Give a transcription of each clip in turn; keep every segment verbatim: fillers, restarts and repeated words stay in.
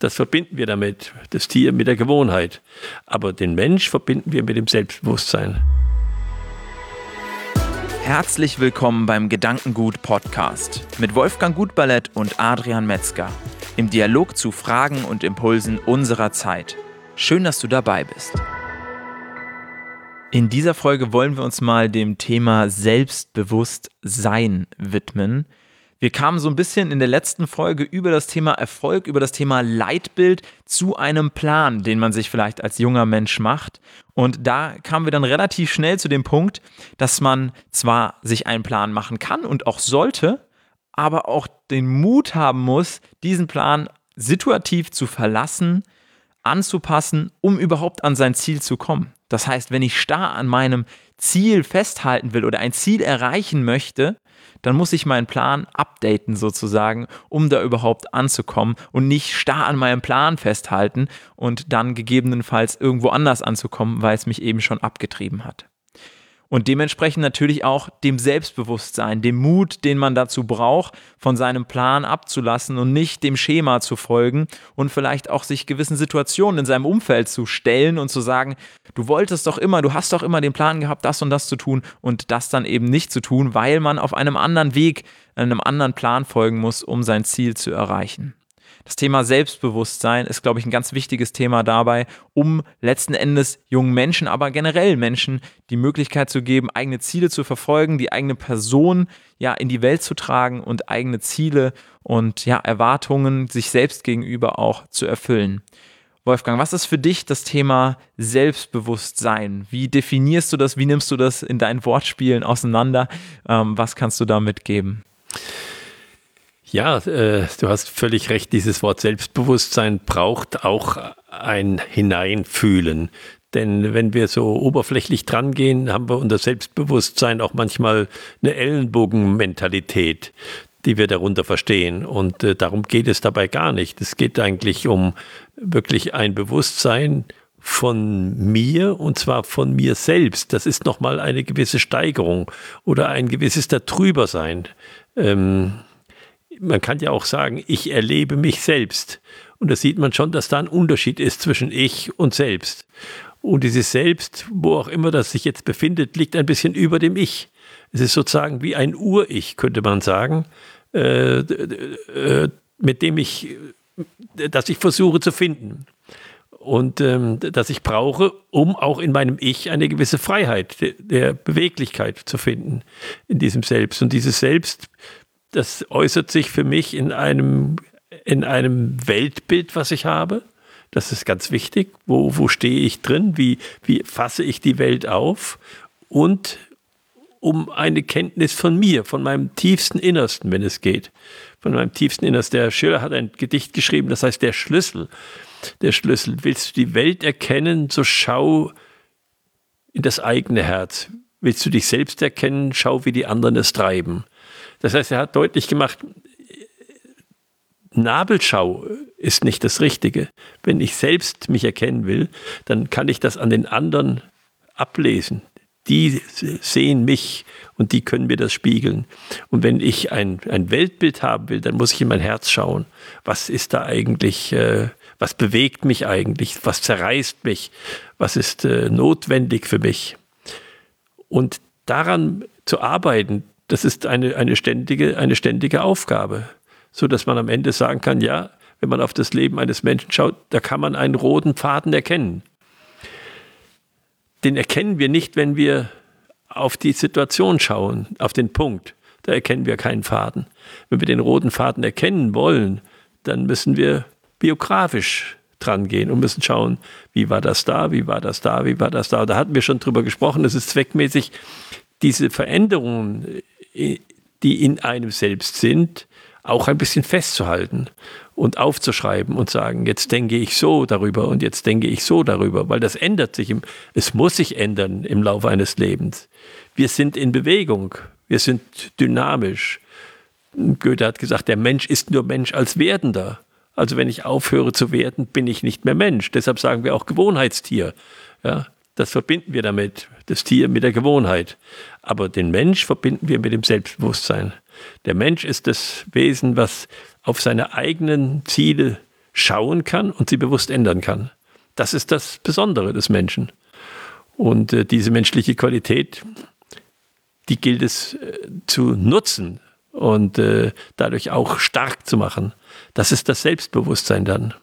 das verbinden wir damit, das Tier mit der Gewohnheit. Aber den Mensch verbinden wir mit dem Selbstbewusstsein. Herzlich willkommen beim Gedankengut-Podcast mit Wolfgang Gutballett und Adrian Metzger im Dialog zu Fragen und Impulsen unserer Zeit. Schön, dass du dabei bist. In dieser Folge wollen wir uns mal dem Thema Selbstbewusstsein widmen. Wir kamen so ein bisschen in der letzten Folge über das Thema Erfolg, über das Thema Leitbild zu einem Plan, den man sich vielleicht als junger Mensch macht. Und da kamen wir dann relativ schnell zu dem Punkt, dass man zwar sich einen Plan machen kann und auch sollte, aber auch den Mut haben muss, diesen Plan situativ zu verlassen, anzupassen, um überhaupt an sein Ziel zu kommen. Das heißt, wenn ich starr an meinem Ziel festhalten will oder ein Ziel erreichen möchte, dann muss ich meinen Plan updaten sozusagen, um da überhaupt anzukommen und nicht starr an meinem Plan festhalten und dann gegebenenfalls irgendwo anders anzukommen, weil es mich eben schon abgetrieben hat. Und dementsprechend natürlich auch dem Selbstbewusstsein, dem Mut, den man dazu braucht, von seinem Plan abzulassen und nicht dem Schema zu folgen und vielleicht auch sich gewissen Situationen in seinem Umfeld zu stellen und zu sagen, du wolltest doch immer, du hast doch immer den Plan gehabt, das und das zu tun und das dann eben nicht zu tun, weil man auf einem anderen Weg, einem anderen Plan folgen muss, um sein Ziel zu erreichen. Das Thema Selbstbewusstsein ist, glaube ich, ein ganz wichtiges Thema dabei, um letzten Endes jungen Menschen, aber generell Menschen die Möglichkeit zu geben, eigene Ziele zu verfolgen, die eigene Person ja in die Welt zu tragen und eigene Ziele und ja Erwartungen sich selbst gegenüber auch zu erfüllen. Wolfgang, was ist für dich das Thema Selbstbewusstsein? Wie definierst du das? Wie nimmst du das in deinen Wortspielen auseinander? Ähm, was kannst du da mitgeben? Ja, äh, du hast völlig recht, dieses Wort Selbstbewusstsein braucht auch ein Hineinfühlen. Denn wenn wir so oberflächlich dran gehen, haben wir unter Selbstbewusstsein auch manchmal eine Ellenbogenmentalität, die wir darunter verstehen. Und äh, darum geht es dabei gar nicht. Es geht eigentlich um wirklich ein Bewusstsein von mir, und zwar von mir selbst. Das ist nochmal eine gewisse Steigerung oder ein gewisses Darübersein. Ähm, Man kann ja auch sagen, ich erlebe mich selbst. Und da sieht man schon, dass da ein Unterschied ist zwischen ich und selbst. Und dieses Selbst, wo auch immer das sich jetzt befindet, liegt ein bisschen über dem Ich. Es ist sozusagen wie ein Ur-Ich, könnte man sagen, äh, äh, mit dem ich, das ich versuche zu finden. Und ähm, das ich brauche, um auch in meinem Ich eine gewisse Freiheit der, der Beweglichkeit zu finden in diesem Selbst. Und dieses Selbst, das äußert sich für mich in einem, in einem Weltbild, was ich habe. Das ist ganz wichtig. Wo, wo stehe ich drin? Wie, wie fasse ich die Welt auf? Und um eine Kenntnis von mir, von meinem tiefsten Innersten, wenn es geht. Von meinem tiefsten Innersten. Der Schiller hat ein Gedicht geschrieben, das heißt der Schlüssel. Der Schlüssel. Willst du die Welt erkennen, so schau in das eigene Herz. Willst du dich selbst erkennen, schau, wie die anderen es treiben. Das heißt, er hat deutlich gemacht, Nabelschau ist nicht das Richtige. Wenn ich selbst mich erkennen will, dann kann ich das an den anderen ablesen. Die sehen mich und die können mir das spiegeln. Und wenn ich ein, ein Weltbild haben will, dann muss ich in mein Herz schauen. Was ist da eigentlich, äh, was bewegt mich eigentlich, was zerreißt mich, was ist äh, notwendig für mich. Und daran zu arbeiten, das ist eine, eine, ständige, eine ständige Aufgabe, so dass man am Ende sagen kann, ja, wenn man auf das Leben eines Menschen schaut, da kann man einen roten Faden erkennen. Den erkennen wir nicht, wenn wir auf die Situation schauen, auf den Punkt. Da erkennen wir keinen Faden. Wenn wir den roten Faden erkennen wollen, dann müssen wir biografisch dran gehen und müssen schauen, wie war das da, wie war das da, wie war das da. Da hatten wir schon drüber gesprochen, es ist zweckmäßig, diese Veränderungen, die in einem selbst sind, auch ein bisschen festzuhalten und aufzuschreiben und sagen, jetzt denke ich so darüber und jetzt denke ich so darüber, weil das ändert sich, im, es muss sich ändern im Laufe eines Lebens. Wir sind in Bewegung, wir sind dynamisch. Goethe hat gesagt, der Mensch ist nur Mensch als Werdender. Also wenn ich aufhöre zu werden, bin ich nicht mehr Mensch. Deshalb sagen wir auch Gewohnheitstier. Ja, das verbinden wir damit, das Tier mit der Gewohnheit. Aber den Mensch verbinden wir mit dem Selbstbewusstsein. Der Mensch ist das Wesen, was auf seine eigenen Ziele schauen kann und sie bewusst ändern kann. Das ist das Besondere des Menschen. Und äh, diese menschliche Qualität, die gilt es äh, zu nutzen und äh, dadurch auch stark zu machen. Das ist das Selbstbewusstsein dann.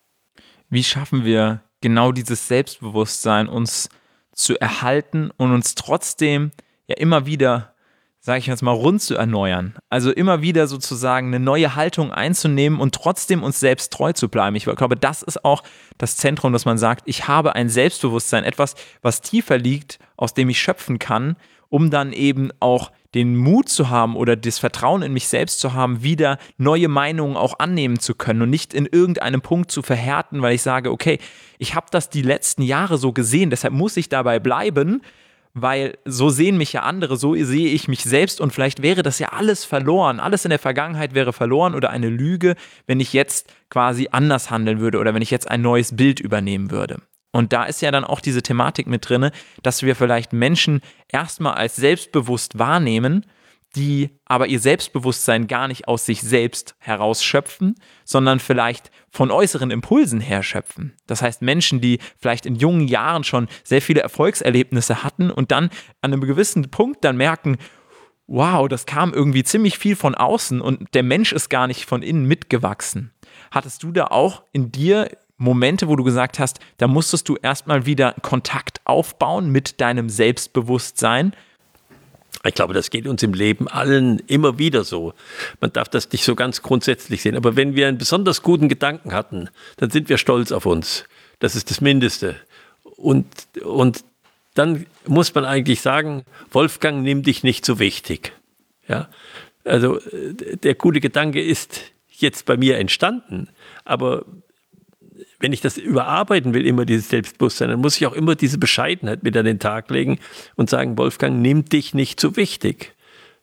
Wie schaffen wir genau dieses Selbstbewusstsein, uns zu erhalten und uns trotzdem ja immer wieder, sage ich jetzt mal, rund zu erneuern? Also immer wieder sozusagen eine neue Haltung einzunehmen und trotzdem uns selbst treu zu bleiben. Ich glaube, das ist auch das Zentrum, dass man sagt, ich habe ein Selbstbewusstsein, etwas, was tiefer liegt, aus dem ich schöpfen kann, um dann eben auch den Mut zu haben oder das Vertrauen in mich selbst zu haben, wieder neue Meinungen auch annehmen zu können und nicht in irgendeinem Punkt zu verhärten, weil ich sage, okay, ich habe das die letzten Jahre so gesehen, deshalb muss ich dabei bleiben, weil so sehen mich ja andere, so sehe ich mich selbst und vielleicht wäre das ja alles verloren, alles in der Vergangenheit wäre verloren oder eine Lüge, wenn ich jetzt quasi anders handeln würde oder wenn ich jetzt ein neues Bild übernehmen würde. Und da ist ja dann auch diese Thematik mit drin, dass wir vielleicht Menschen erstmal als selbstbewusst wahrnehmen, die aber ihr Selbstbewusstsein gar nicht aus sich selbst herausschöpfen, sondern vielleicht von äußeren Impulsen her schöpfen. Das heißt, Menschen, die vielleicht in jungen Jahren schon sehr viele Erfolgserlebnisse hatten und dann an einem gewissen Punkt dann merken, wow, das kam irgendwie ziemlich viel von außen und der Mensch ist gar nicht von innen mitgewachsen. Hattest du da auch in dir Momente, wo du gesagt hast, da musstest du erstmal wieder Kontakt aufbauen mit deinem Selbstbewusstsein? Ich glaube, das geht uns im Leben allen immer wieder so. Man darf das nicht so ganz grundsätzlich sehen. Aber wenn wir einen besonders guten Gedanken hatten, dann sind wir stolz auf uns. Das ist das Mindeste. Und, und dann muss man eigentlich sagen, Wolfgang, nimm dich nicht so wichtig. Ja? Also der gute Gedanke ist jetzt bei mir entstanden, aber wenn ich das überarbeiten will, immer dieses Selbstbewusstsein, dann muss ich auch immer diese Bescheidenheit mit an den Tag legen und sagen, Wolfgang, nimm dich nicht so wichtig.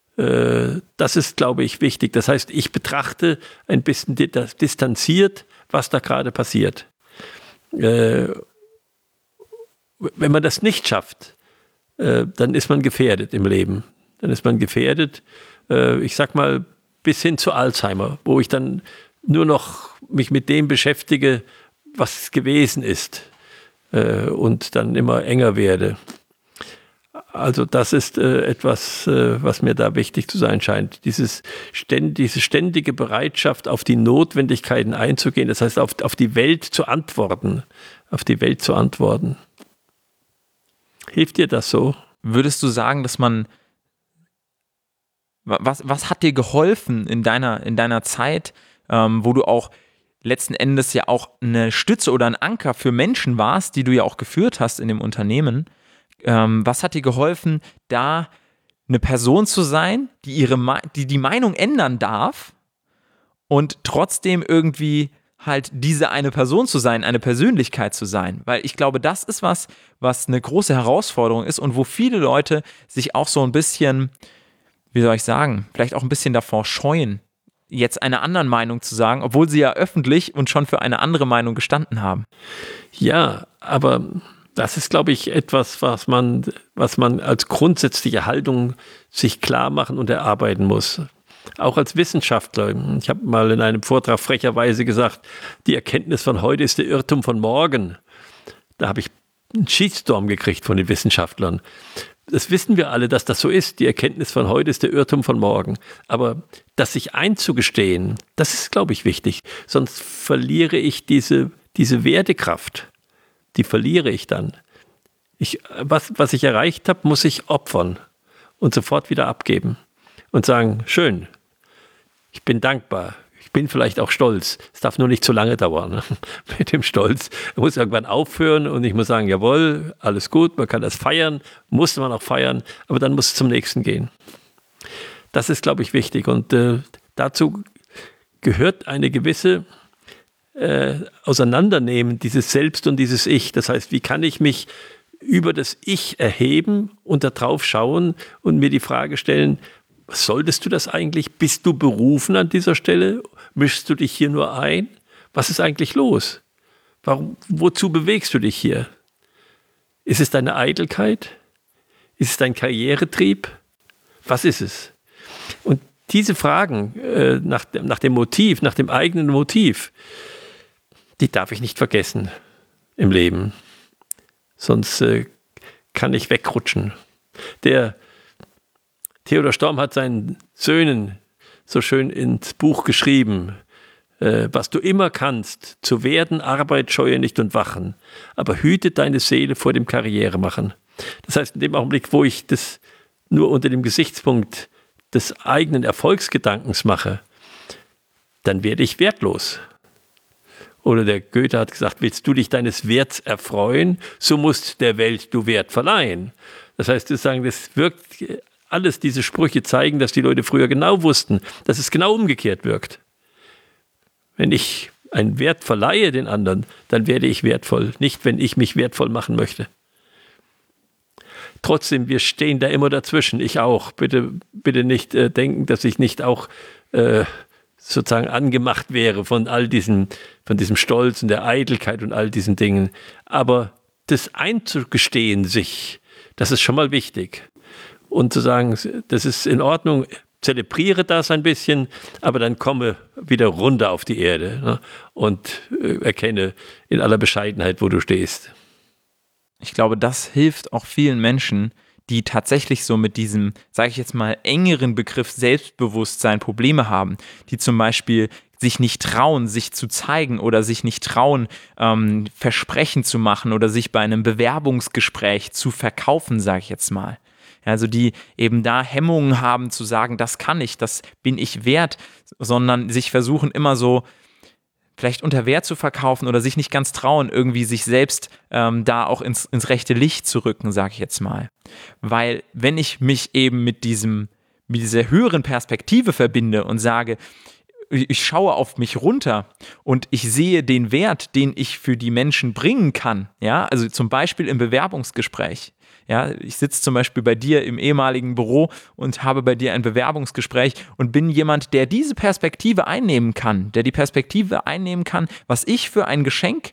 Äh, das ist, glaube ich, wichtig. Das heißt, ich betrachte ein bisschen distanziert, was da gerade passiert. Äh, wenn man das nicht schafft, äh, dann ist man gefährdet im Leben. Dann ist man gefährdet, äh, ich sag mal, bis hin zu Alzheimer, wo ich dann nur noch mich mit dem beschäftige, was es gewesen ist äh, und dann immer enger werde. Also das ist äh, etwas, äh, was mir da wichtig zu sein scheint. Dieses ständ, diese ständige Bereitschaft, auf die Notwendigkeiten einzugehen, das heißt, auf, auf die Welt zu antworten. Auf die Welt zu antworten. Hilft dir das so? Würdest du sagen, dass man, was, was hat dir geholfen in deiner, in deiner Zeit, ähm, wo du auch letzten Endes ja auch eine Stütze oder ein Anker für Menschen warst, die du ja auch geführt hast in dem Unternehmen. Ähm, was hat dir geholfen, da eine Person zu sein, die ihre die, die Meinung ändern darf und trotzdem irgendwie halt diese eine Person zu sein, eine Persönlichkeit zu sein? Weil ich glaube, das ist was, was eine große Herausforderung ist und wo viele Leute sich auch so ein bisschen, wie soll ich sagen, vielleicht auch ein bisschen davor scheuen, jetzt einer anderen Meinung zu sagen, obwohl sie ja öffentlich und schon für eine andere Meinung gestanden haben. Ja, aber das ist, glaube ich, etwas, was man, was man als grundsätzliche Haltung sich klar machen und erarbeiten muss. Auch als Wissenschaftler. Ich habe mal in einem Vortrag frecherweise gesagt, die Erkenntnis von heute ist der Irrtum von morgen. Da habe ich einen Shitstorm gekriegt von den Wissenschaftlern. Das wissen wir alle, dass das so ist. Die Erkenntnis von heute ist der Irrtum von morgen. Aber das sich einzugestehen, das ist, glaube ich, wichtig. Sonst verliere ich diese, diese Wertekraft. Die verliere ich dann. Ich, was, was ich erreicht habe, muss ich opfern und sofort wieder abgeben. Und sagen, schön, ich bin dankbar. Ich bin vielleicht auch stolz. Es darf nur nicht zu lange dauern. Ne? Mit dem Stolz. Er muss irgendwann aufhören und ich muss sagen, jawohl, alles gut, man kann das feiern, muss man auch feiern, aber dann muss es zum nächsten gehen. Das ist, glaube ich, wichtig. Und äh, dazu gehört eine gewisse äh, Auseinandernehmen, dieses Selbst und dieses Ich. Das heißt, wie kann ich mich über das Ich erheben und da drauf schauen und mir die Frage stellen, solltest du das eigentlich? Bist du berufen an dieser Stelle? Mischst du dich hier nur ein? Was ist eigentlich los? Warum, wozu bewegst du dich hier? Ist es deine Eitelkeit? Ist es dein Karrieretrieb? Was ist es? Und diese Fragen äh, nach, nach dem Motiv, nach dem eigenen Motiv, die darf ich nicht vergessen im Leben. Sonst äh, kann ich wegrutschen. Der Theodor Storm hat seinen Söhnen so schön ins Buch geschrieben, äh, was du immer kannst, zu werden, Arbeit, scheue nicht und wachen, aber hüte deine Seele vor dem Karrieremachen. Das heißt, in dem Augenblick, wo ich das nur unter dem Gesichtspunkt des eigenen Erfolgsgedankens mache, dann werde ich wertlos. Oder der Goethe hat gesagt, willst du dich deines Werts erfreuen, so musst der Welt du Wert verleihen. Das heißt, das sagen, das wirkt, alles diese Sprüche zeigen, dass die Leute früher genau wussten, dass es genau umgekehrt wirkt. Wenn ich einen Wert verleihe den anderen, dann werde ich wertvoll, nicht wenn ich mich wertvoll machen möchte. Trotzdem, wir stehen da immer dazwischen, ich auch. Bitte, bitte nicht äh, denken, dass ich nicht auch äh, sozusagen angemacht wäre von all diesen, von diesem Stolz und der Eitelkeit und all diesen Dingen. Aber das einzugestehen sich, das ist schon mal wichtig. Und zu sagen, das ist in Ordnung, zelebriere das ein bisschen, aber dann komme wieder runter auf die Erde, ne, und äh, erkenne in aller Bescheidenheit, wo du stehst. Ich glaube, das hilft auch vielen Menschen, die tatsächlich so mit diesem, sage ich jetzt mal, engeren Begriff Selbstbewusstsein Probleme haben, die zum Beispiel sich nicht trauen, sich zu zeigen oder sich nicht trauen, ähm, Versprechen zu machen oder sich bei einem Bewerbungsgespräch zu verkaufen, sage ich jetzt mal. Also die eben da Hemmungen haben zu sagen, das kann ich, das bin ich wert, sondern sich versuchen immer so vielleicht unter Wert zu verkaufen oder sich nicht ganz trauen, irgendwie sich selbst ähm, da auch ins, ins rechte Licht zu rücken, sage ich jetzt mal. Weil wenn ich mich eben mit diesem, mit dieser höheren Perspektive verbinde und sage, ich schaue auf mich runter und ich sehe den Wert, den ich für die Menschen bringen kann, ja, also zum Beispiel im Bewerbungsgespräch. Ja, ich sitze zum Beispiel bei dir im ehemaligen Büro und habe bei dir ein Bewerbungsgespräch und bin jemand, der diese Perspektive einnehmen kann, der die Perspektive einnehmen kann, was ich für ein Geschenk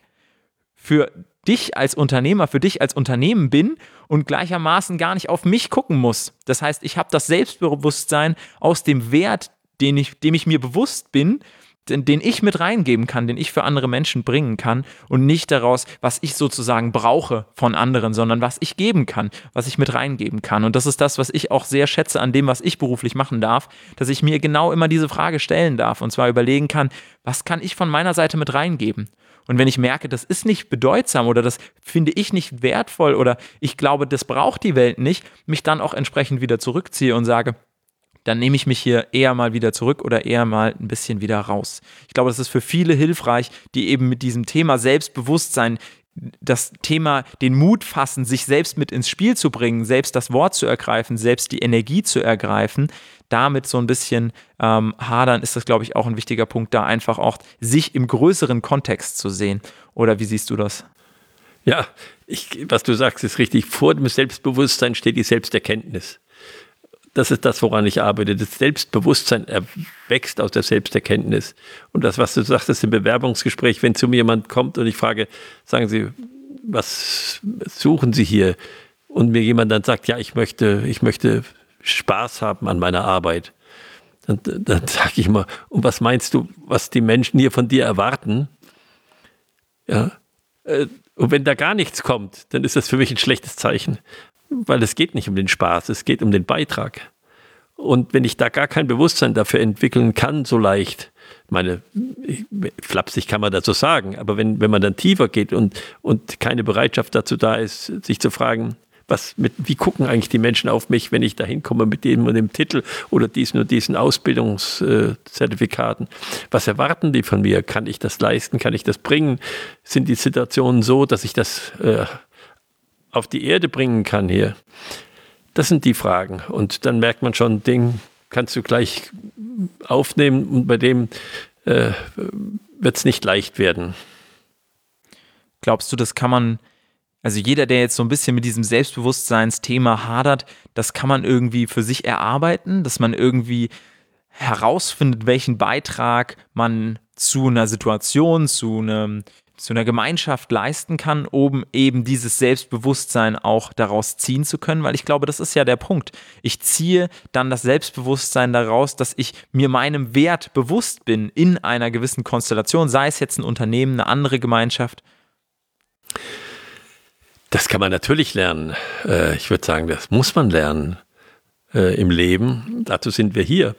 für dich als Unternehmer, für dich als Unternehmen bin und gleichermaßen gar nicht auf mich gucken muss. Das heißt, ich habe das Selbstbewusstsein aus dem Wert, den ich, dem ich mir bewusst bin, Den, den ich mit reingeben kann, den ich für andere Menschen bringen kann und nicht daraus, was ich sozusagen brauche von anderen, sondern was ich geben kann, was ich mit reingeben kann. Und das ist das, was ich auch sehr schätze an dem, was ich beruflich machen darf, dass ich mir genau immer diese Frage stellen darf und zwar überlegen kann, was kann ich von meiner Seite mit reingeben? Und wenn ich merke, das ist nicht bedeutsam oder das finde ich nicht wertvoll oder ich glaube, das braucht die Welt nicht, mich dann auch entsprechend wieder zurückziehe und sage, dann nehme ich mich hier eher mal wieder zurück oder eher mal ein bisschen wieder raus. Ich glaube, das ist für viele hilfreich, die eben mit diesem Thema Selbstbewusstsein, das Thema den Mut fassen, sich selbst mit ins Spiel zu bringen, selbst das Wort zu ergreifen, selbst die Energie zu ergreifen, damit so ein bisschen ähm, hadern, ist das, glaube ich, auch ein wichtiger Punkt, da einfach auch sich im größeren Kontext zu sehen. Oder wie siehst du das? Ja, ich, was du sagst, ist richtig. Vor dem Selbstbewusstsein steht die Selbsterkenntnis. Das ist das, woran ich arbeite. Das Selbstbewusstsein erwächst aus der Selbsterkenntnis. Und das, was du sagtest im Bewerbungsgespräch, wenn zu mir jemand kommt und ich frage, sagen Sie, was suchen Sie hier? Und mir jemand dann sagt, ja, ich möchte, ich möchte Spaß haben an meiner Arbeit. Dann, dann sage ich immer, und was meinst du, was die Menschen hier von dir erwarten? Ja. Und wenn da gar nichts kommt, dann ist das für mich ein schlechtes Zeichen. Weil es geht nicht um den Spaß, es geht um den Beitrag. Und wenn ich da gar kein Bewusstsein dafür entwickeln kann, so leicht, meine, flapsig kann man das so sagen, aber wenn, wenn man dann tiefer geht und, und keine Bereitschaft dazu da ist, sich zu fragen, was mit, wie gucken eigentlich die Menschen auf mich, wenn ich da hinkomme mit dem und dem Titel oder diesen und diesen Ausbildungszertifikaten? Was erwarten die von mir? Kann ich das leisten? Kann ich das bringen? Sind die Situationen so, dass ich das äh, auf die Erde bringen kann hier? Das sind die Fragen. Und dann merkt man schon, Ding kannst du gleich aufnehmen und bei dem äh, wird es nicht leicht werden. Glaubst du, das kann man, also jeder, der jetzt so ein bisschen mit diesem Selbstbewusstseinsthema hadert, das kann man irgendwie für sich erarbeiten, dass man irgendwie herausfindet, welchen Beitrag man zu einer Situation, zu einem zu einer Gemeinschaft leisten kann, um eben dieses Selbstbewusstsein auch daraus ziehen zu können, weil ich glaube, das ist ja der Punkt. Ich ziehe dann das Selbstbewusstsein daraus, dass ich mir meinem Wert bewusst bin in einer gewissen Konstellation, sei es jetzt ein Unternehmen, eine andere Gemeinschaft. Das kann man natürlich lernen. Ich würde sagen, das muss man lernen im Leben. Dazu sind wir hier.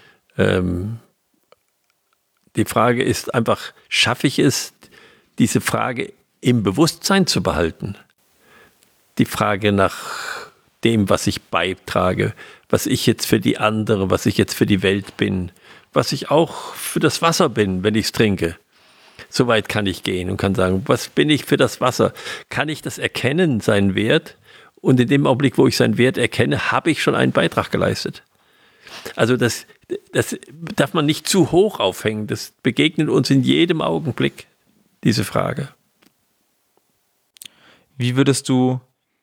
Die Frage ist einfach, schaffe ich es, diese Frage im Bewusstsein zu behalten? Die Frage nach dem, was ich beitrage, was ich jetzt für die andere, was ich jetzt für die Welt bin, was ich auch für das Wasser bin, wenn ich es trinke. So weit kann ich gehen und kann sagen, was bin ich für das Wasser? Kann ich das erkennen, seinen Wert? Und in dem Augenblick, wo ich seinen Wert erkenne, habe ich schon einen Beitrag geleistet. Also das, das darf man nicht zu hoch aufhängen. Das begegnet uns in jedem Augenblick, diese Frage. Wie würdest du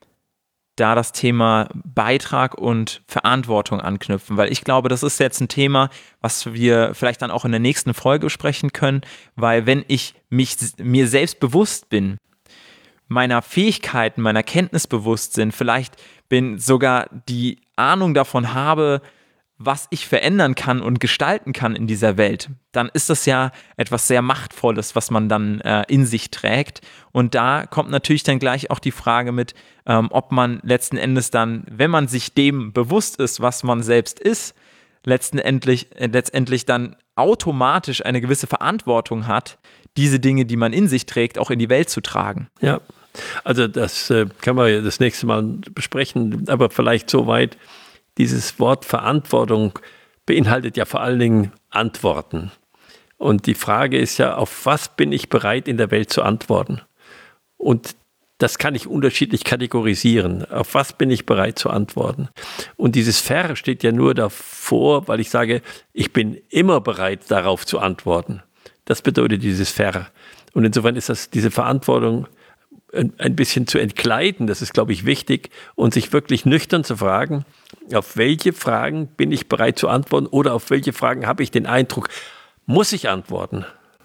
da das Thema Beitrag und Verantwortung anknüpfen? Weil ich glaube, das ist jetzt ein Thema, was wir vielleicht dann auch in der nächsten Folge besprechen können, weil wenn ich mich, mir selbst bewusst bin, meiner Fähigkeiten, meiner Kenntnis bewusst sind, vielleicht bin sogar die Ahnung davon habe, was ich verändern kann und gestalten kann in dieser Welt, dann ist das ja etwas sehr Machtvolles, was man dann äh, in sich trägt. Und da kommt natürlich dann gleich auch die Frage mit, ähm, ob man letzten Endes dann, wenn man sich dem bewusst ist, was man selbst ist, letztendlich, äh, letztendlich dann automatisch eine gewisse Verantwortung hat, diese Dinge, die man in sich trägt, auch in die Welt zu tragen. Ja, also das äh, kann man ja das nächste Mal besprechen, aber vielleicht so weit. Dieses Wort Verantwortung beinhaltet ja vor allen Dingen Antworten. Und die Frage ist ja, auf was bin ich bereit in der Welt zu antworten? Und das kann ich unterschiedlich kategorisieren. Auf was bin ich bereit zu antworten? Und dieses Ver steht ja nur davor, weil ich sage, ich bin immer bereit, darauf zu antworten. Das bedeutet dieses Ver. Und insofern ist das diese Verantwortung ein bisschen zu entkleiden, das ist, glaube ich, wichtig, und sich wirklich nüchtern zu fragen, auf welche Fragen bin ich bereit zu antworten oder auf welche Fragen habe ich den Eindruck, muss ich antworten?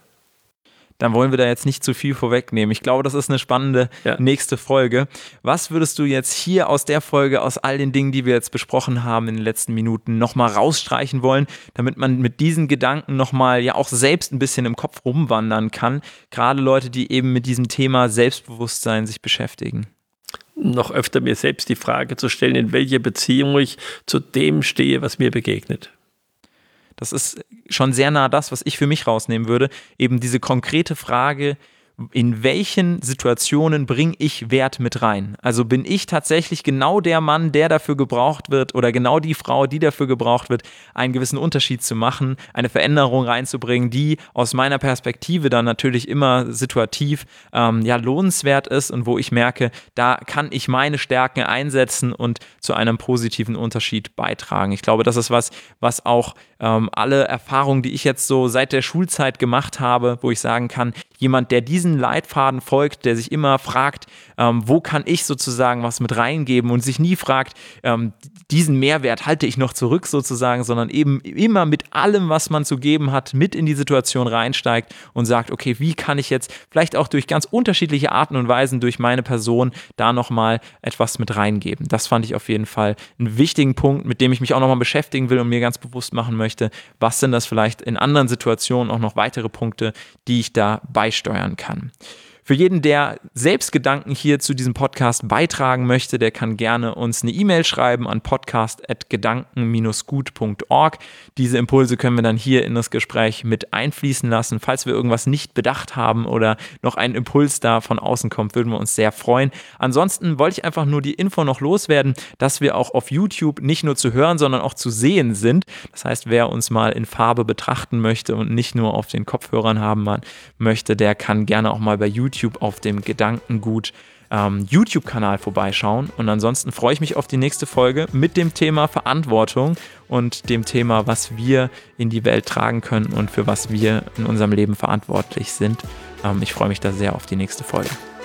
Dann wollen wir da jetzt nicht zu viel vorwegnehmen. Ich glaube, das ist eine spannende ja. nächste Folge. Was würdest du jetzt hier aus der Folge, aus all den Dingen, die wir jetzt besprochen haben in den letzten Minuten, nochmal rausstreichen wollen, damit man mit diesen Gedanken nochmal ja auch selbst ein bisschen im Kopf rumwandern kann? Gerade Leute, die eben mit diesem Thema Selbstbewusstsein sich beschäftigen. Noch öfter mir selbst die Frage zu stellen, in welcher Beziehung ich zu dem stehe, was mir begegnet. Das ist schon sehr nah das, was ich für mich rausnehmen würde. Eben diese konkrete Frage, in welchen Situationen bringe ich Wert mit rein? Also bin ich tatsächlich genau der Mann, der dafür gebraucht wird oder genau die Frau, die dafür gebraucht wird, einen gewissen Unterschied zu machen, eine Veränderung reinzubringen, die aus meiner Perspektive dann natürlich immer situativ ähm, ja, lohnenswert ist und wo ich merke, da kann ich meine Stärken einsetzen und zu einem positiven Unterschied beitragen. Ich glaube, das ist was, was auch ähm, alle Erfahrungen, die ich jetzt so seit der Schulzeit gemacht habe, wo ich sagen kann, jemand, der diesen Leitfaden folgt, der sich immer fragt, ähm, wo kann ich sozusagen was mit reingeben und sich nie fragt, ähm, diesen Mehrwert halte ich noch zurück sozusagen, sondern eben immer mit allem, was man zu geben hat, mit in die Situation reinsteigt und sagt, okay, wie kann ich jetzt vielleicht auch durch ganz unterschiedliche Arten und Weisen durch meine Person da nochmal etwas mit reingeben. Das fand ich auf jeden Fall einen wichtigen Punkt, mit dem ich mich auch nochmal beschäftigen will und mir ganz bewusst machen möchte, was sind das vielleicht in anderen Situationen auch noch weitere Punkte, die ich da beisteuern kann. Für jeden, der selbst Gedanken hier zu diesem Podcast beitragen möchte, der kann gerne uns eine E-Mail schreiben an podcast at gedanken dash gut punkt org. Diese Impulse können wir dann hier in das Gespräch mit einfließen lassen. Falls wir irgendwas nicht bedacht haben oder noch ein Impuls da von außen kommt, würden wir uns sehr freuen. Ansonsten wollte ich einfach nur die Info noch loswerden, dass wir auch auf YouTube nicht nur zu hören, sondern auch zu sehen sind. Das heißt, wer uns mal in Farbe betrachten möchte und nicht nur auf den Kopfhörern haben möchte, der kann gerne auch mal bei YouTube auf dem Gedankengut ähm, YouTube-Kanal vorbeischauen. Und ansonsten freue ich mich auf die nächste Folge mit dem Thema Verantwortung und dem Thema, was wir in die Welt tragen können und für was wir in unserem Leben verantwortlich sind. Ähm, ich freue mich da sehr auf die nächste Folge.